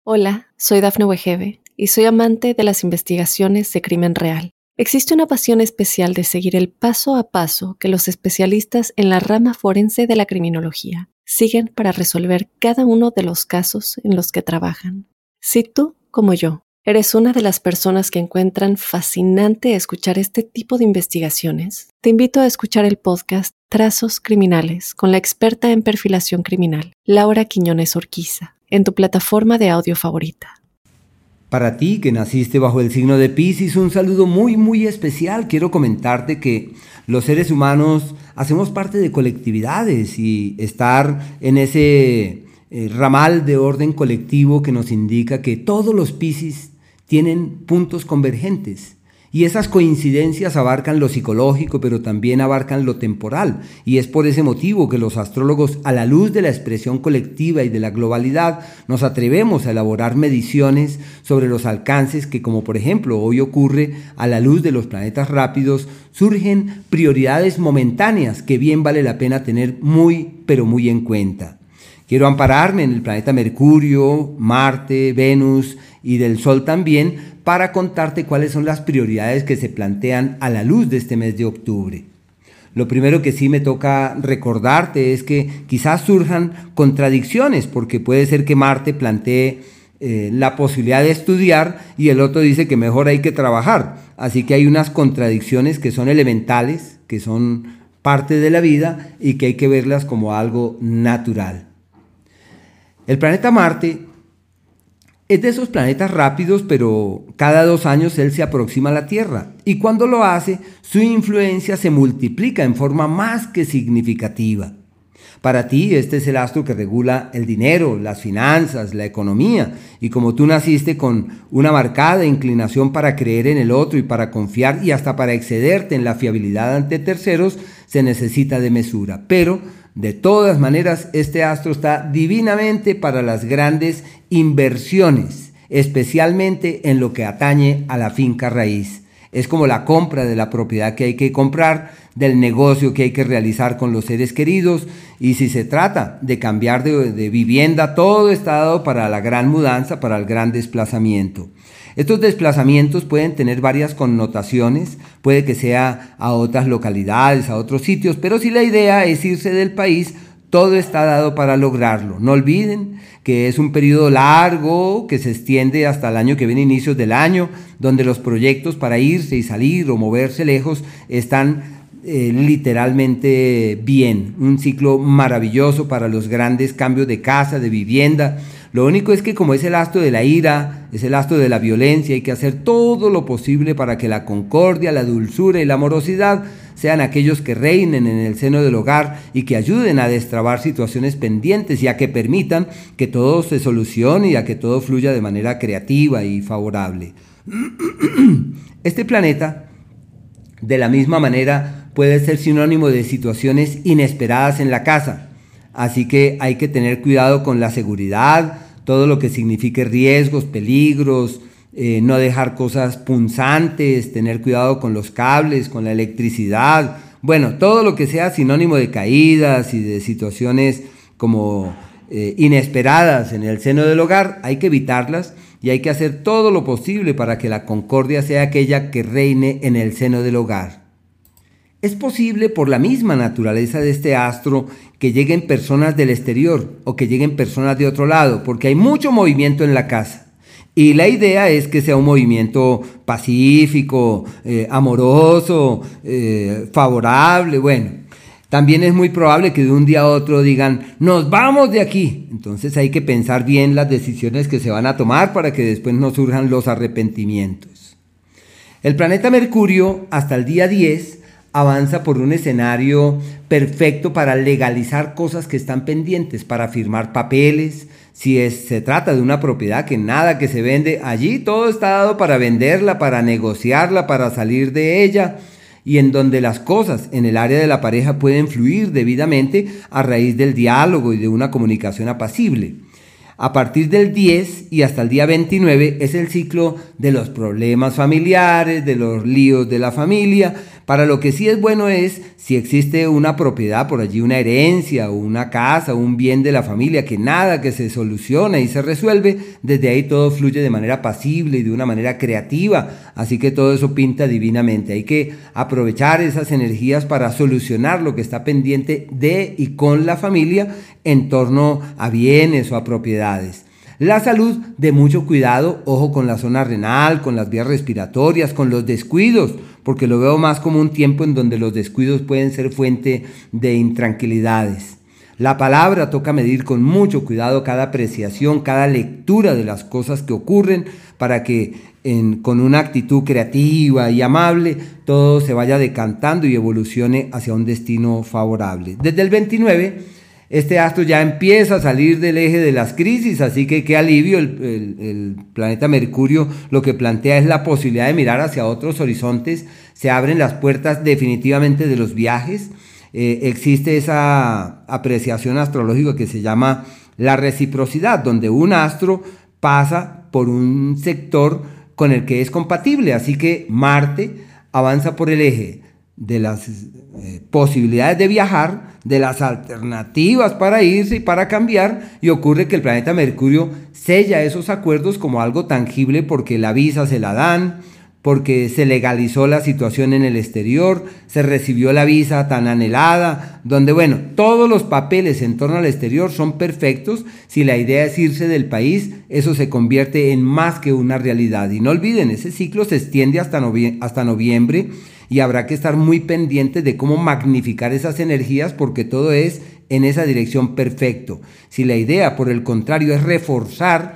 Hola, soy Dafne Wegebe y soy amante de las investigaciones de crimen real. Existe una pasión especial de seguir el paso a paso que los especialistas en la rama forense de la criminología siguen para resolver cada uno de los casos en los que trabajan. Si tú, como yo, eres una de las personas que encuentran fascinante escuchar este tipo de investigaciones, te invito a escuchar el podcast Trazos Criminales con la experta en perfilación criminal, Laura Quiñones Orquiza, en tu plataforma de audio favorita. Para ti que naciste bajo el signo de Piscis, un saludo muy especial. Quiero comentarte que los seres humanos hacemos parte de colectividades y estar en ese ramal de orden colectivo que nos indica que todos los Piscis tienen puntos convergentes. Y esas coincidencias abarcan lo psicológico, pero también abarcan lo temporal. Y es por ese motivo que los astrólogos, a la luz de la expresión colectiva y de la globalidad, nos atrevemos a elaborar mediciones sobre los alcances que, como por ejemplo hoy ocurre a la luz de los planetas rápidos, surgen prioridades momentáneas que bien vale la pena tener pero muy en cuenta. Quiero ampararme en el planeta Mercurio, Marte, Venus y del Sol también para contarte cuáles son las prioridades que se plantean a la luz de este mes de octubre. Lo primero que sí me toca recordarte es que quizás surjan contradicciones, porque puede ser que Marte plantee la posibilidad de estudiar y el otro dice que mejor hay que trabajar. Así que hay unas contradicciones que son elementales, que son parte de la vida y que hay que verlas como algo natural. El planeta Marte es de esos planetas rápidos, pero cada 2 años él se aproxima a la Tierra y cuando lo hace, su influencia se multiplica en forma más que significativa. Para ti, este es el astro que regula el dinero, las finanzas, la economía, y como tú naciste con una marcada inclinación para creer en el otro y para confiar y hasta para excederte en la fiabilidad ante terceros, se necesita de mesura. Pero, de todas maneras, este astro está divinamente para las grandes inversiones, especialmente en lo que atañe a la finca raíz. Es como la compra de la propiedad que hay que comprar, del negocio que hay que realizar con los seres queridos, y si se trata de cambiar de vivienda, todo está dado para la gran mudanza, para el gran desplazamiento. Estos desplazamientos pueden tener varias connotaciones, puede que sea a otras localidades, a otros sitios, pero si la idea es irse del país, todo está dado para lograrlo. No olviden que es un periodo largo que se extiende hasta el año que viene, inicios del año, donde los proyectos para irse y salir o moverse lejos están literalmente bien. Un ciclo maravilloso para los grandes cambios de casa, de vivienda. Lo único es que como es el astro de la ira, es el astro de la violencia, hay que hacer todo lo posible para que la concordia, la dulzura y la amorosidad sean aquellos que reinen en el seno del hogar y que ayuden a destrabar situaciones pendientes y a que permitan que todo se solucione y a que todo fluya de manera creativa y favorable. Este planeta, de la misma manera, puede ser sinónimo de situaciones inesperadas en la casa. Así que hay que tener cuidado con la seguridad, todo lo que signifique riesgos, peligros, no dejar cosas punzantes, tener cuidado con los cables, con la electricidad. Bueno, todo lo que sea sinónimo de caídas y de situaciones como inesperadas en el seno del hogar, hay que evitarlas y hay que hacer todo lo posible para que la concordia sea aquella que reine en el seno del hogar. Es posible, por la misma naturaleza de este astro, que lleguen personas del exterior o que lleguen personas de otro lado, porque hay mucho movimiento en la casa. Y la idea es que sea un movimiento pacífico, amoroso, favorable. Bueno, también es muy probable que de un día a otro digan, nos vamos de aquí. Entonces hay que pensar bien las decisiones que se van a tomar para que después no surjan los arrepentimientos. El planeta Mercurio, hasta el día 10, avanza por un escenario perfecto para legalizar cosas que están pendientes, para firmar papeles. Si se trata de una propiedad que nada que se vende, allí todo está dado para venderla, para negociarla, para salir de ella, y en donde las cosas en el área de la pareja pueden fluir debidamente a raíz del diálogo y de una comunicación apacible. A partir del 10 y hasta el día 29 es el ciclo de los problemas familiares, de los líos de la familia, Para lo que sí es bueno es si existe una propiedad por allí, una herencia o una casa o un bien de la familia, que nada que se soluciona y se resuelve, desde ahí todo fluye de manera pasible y de una manera creativa, así que todo eso pinta divinamente. Hay que aprovechar esas energías para solucionar lo que está pendiente de y con la familia en torno a bienes o a propiedades. La salud, de mucho cuidado, ojo con la zona renal, con las vías respiratorias, con los descuidos, porque lo veo más como un tiempo en donde los descuidos pueden ser fuente de intranquilidades. La palabra toca medir con mucho cuidado cada apreciación, cada lectura de las cosas que ocurren para que con una actitud creativa y amable todo se vaya decantando y evolucione hacia un destino favorable. Desde el 29, este astro ya empieza a salir del eje de las crisis, así que qué alivio. El planeta Mercurio lo que plantea es la posibilidad de mirar hacia otros horizontes. Se abren las puertas definitivamente de los viajes. Existe esa apreciación astrológica que se llama la reciprocidad, donde un astro pasa por un sector con el que es compatible. Así que Marte avanza por el eje de las posibilidades de viajar, de las alternativas para irse y para cambiar, y ocurre que el planeta Mercurio sella esos acuerdos como algo tangible porque la visa se la dan, porque se legalizó la situación en el exterior, se recibió la visa tan anhelada, donde bueno, todos los papeles en torno al exterior son perfectos. Si la idea es irse del país, eso se convierte en más que una realidad. Y no olviden, ese ciclo se extiende hasta noviembre, y habrá que estar muy pendientes de cómo magnificar esas energías porque todo es en esa dirección perfecto. Si la idea, por el contrario, es reforzar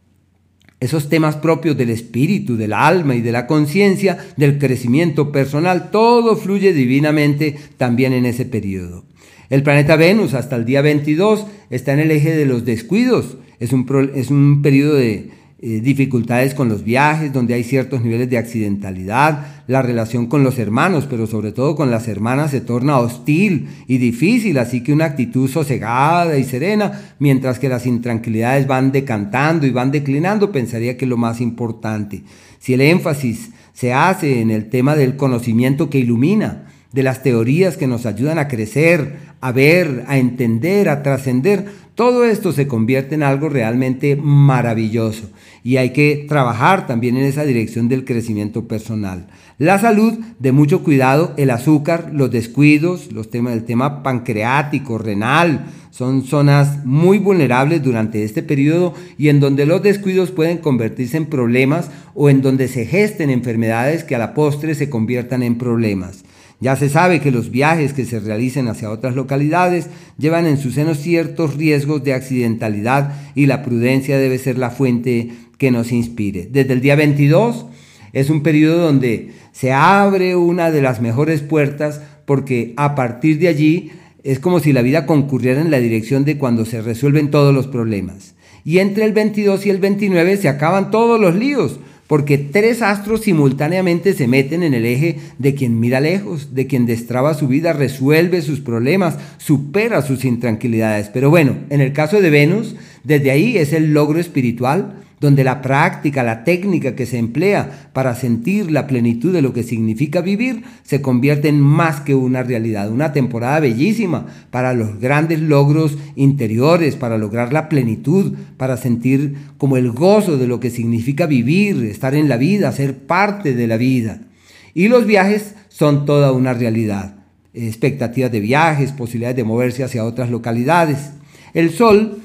esos temas propios del espíritu, del alma y de la conciencia, del crecimiento personal, todo fluye divinamente también en ese periodo. El planeta Venus hasta el día 22 está en el eje de los descuidos. Es un periodo de dificultades con los viajes, donde hay ciertos niveles de accidentalidad. La relación con los hermanos, pero sobre todo con las hermanas, se torna hostil y difícil, así que una actitud sosegada y serena, mientras que las intranquilidades van decantando y van declinando, pensaría que es lo más importante. Si el énfasis se hace en el tema del conocimiento que ilumina, de las teorías que nos ayudan a crecer, a ver, a entender, a trascender, todo esto se convierte en algo realmente maravilloso y hay que trabajar también en esa dirección del crecimiento personal. La salud, de mucho cuidado, el azúcar, los descuidos, el tema pancreático, renal, son zonas muy vulnerables durante este periodo y en donde los descuidos pueden convertirse en problemas o en donde se gesten enfermedades que a la postre se conviertan en problemas. Ya se sabe que los viajes que se realicen hacia otras localidades llevan en su seno ciertos riesgos de accidentalidad y la prudencia debe ser la fuente que nos inspire. Desde el día 22 es un periodo donde se abre una de las mejores puertas porque a partir de allí es como si la vida concurriera en la dirección de cuando se resuelven todos los problemas. Y entre el 22 y el 29 se acaban todos los líos, porque 3 astros simultáneamente se meten en el eje de quien mira lejos, de quien destraba su vida, resuelve sus problemas, supera sus intranquilidades. Pero bueno, en el caso de Venus, desde ahí es el logro espiritual, donde la práctica, la técnica que se emplea para sentir la plenitud de lo que significa vivir, se convierte en más que una realidad. Una temporada bellísima para los grandes logros interiores, para lograr la plenitud, para sentir como el gozo de lo que significa vivir, estar en la vida, ser parte de la vida. Y los viajes son toda una realidad. Expectativas de viajes, posibilidades de moverse hacia otras localidades. El Sol,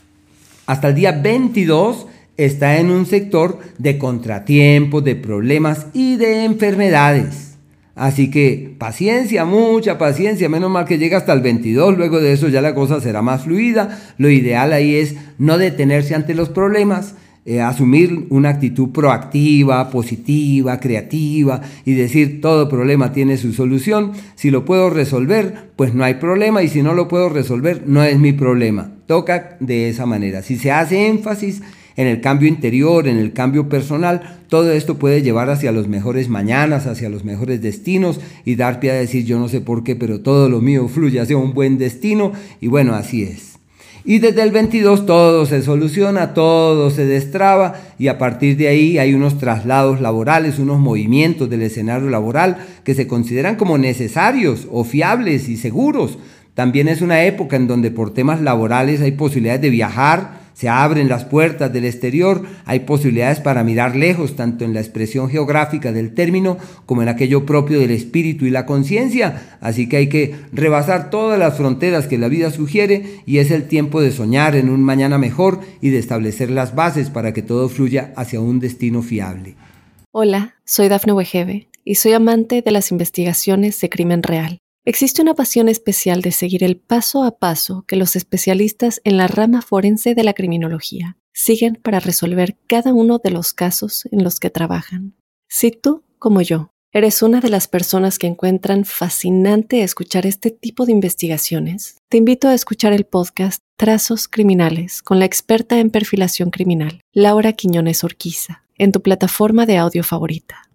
hasta el día 22, está en un sector de contratiempos, de problemas y de enfermedades. Así que paciencia, mucha paciencia, menos mal que llega hasta el 22, luego de eso ya la cosa será más fluida. Lo ideal ahí es no detenerse ante los problemas, asumir una actitud proactiva, positiva, creativa y decir todo problema tiene su solución. Si lo puedo resolver, pues no hay problema, y si no lo puedo resolver, no es mi problema. Toca de esa manera. Si se hace énfasis en el cambio interior, en el cambio personal, todo esto puede llevar hacia los mejores mañanas, hacia los mejores destinos y dar pie a decir yo no sé por qué, pero todo lo mío fluye hacia un buen destino y bueno, así es. Y desde el 22 todo se soluciona, todo se destraba y a partir de ahí hay unos traslados laborales, unos movimientos del escenario laboral que se consideran como necesarios o fiables y seguros. También es una época en donde por temas laborales hay posibilidades de viajar, se abren las puertas del exterior, hay posibilidades para mirar lejos, tanto en la expresión geográfica del término como en aquello propio del espíritu y la conciencia. Así que hay que rebasar todas las fronteras que la vida sugiere y es el tiempo de soñar en un mañana mejor y de establecer las bases para que todo fluya hacia un destino fiable. Hola, soy Dafne Wegebe y soy amante de las investigaciones de crimen real. Existe una pasión especial de seguir el paso a paso que los especialistas en la rama forense de la criminología siguen para resolver cada uno de los casos en los que trabajan. Si tú, como yo, eres una de las personas que encuentran fascinante escuchar este tipo de investigaciones, te invito a escuchar el podcast Trazos Criminales con la experta en perfilación criminal, Laura Quiñones Orquiza, en tu plataforma de audio favorita.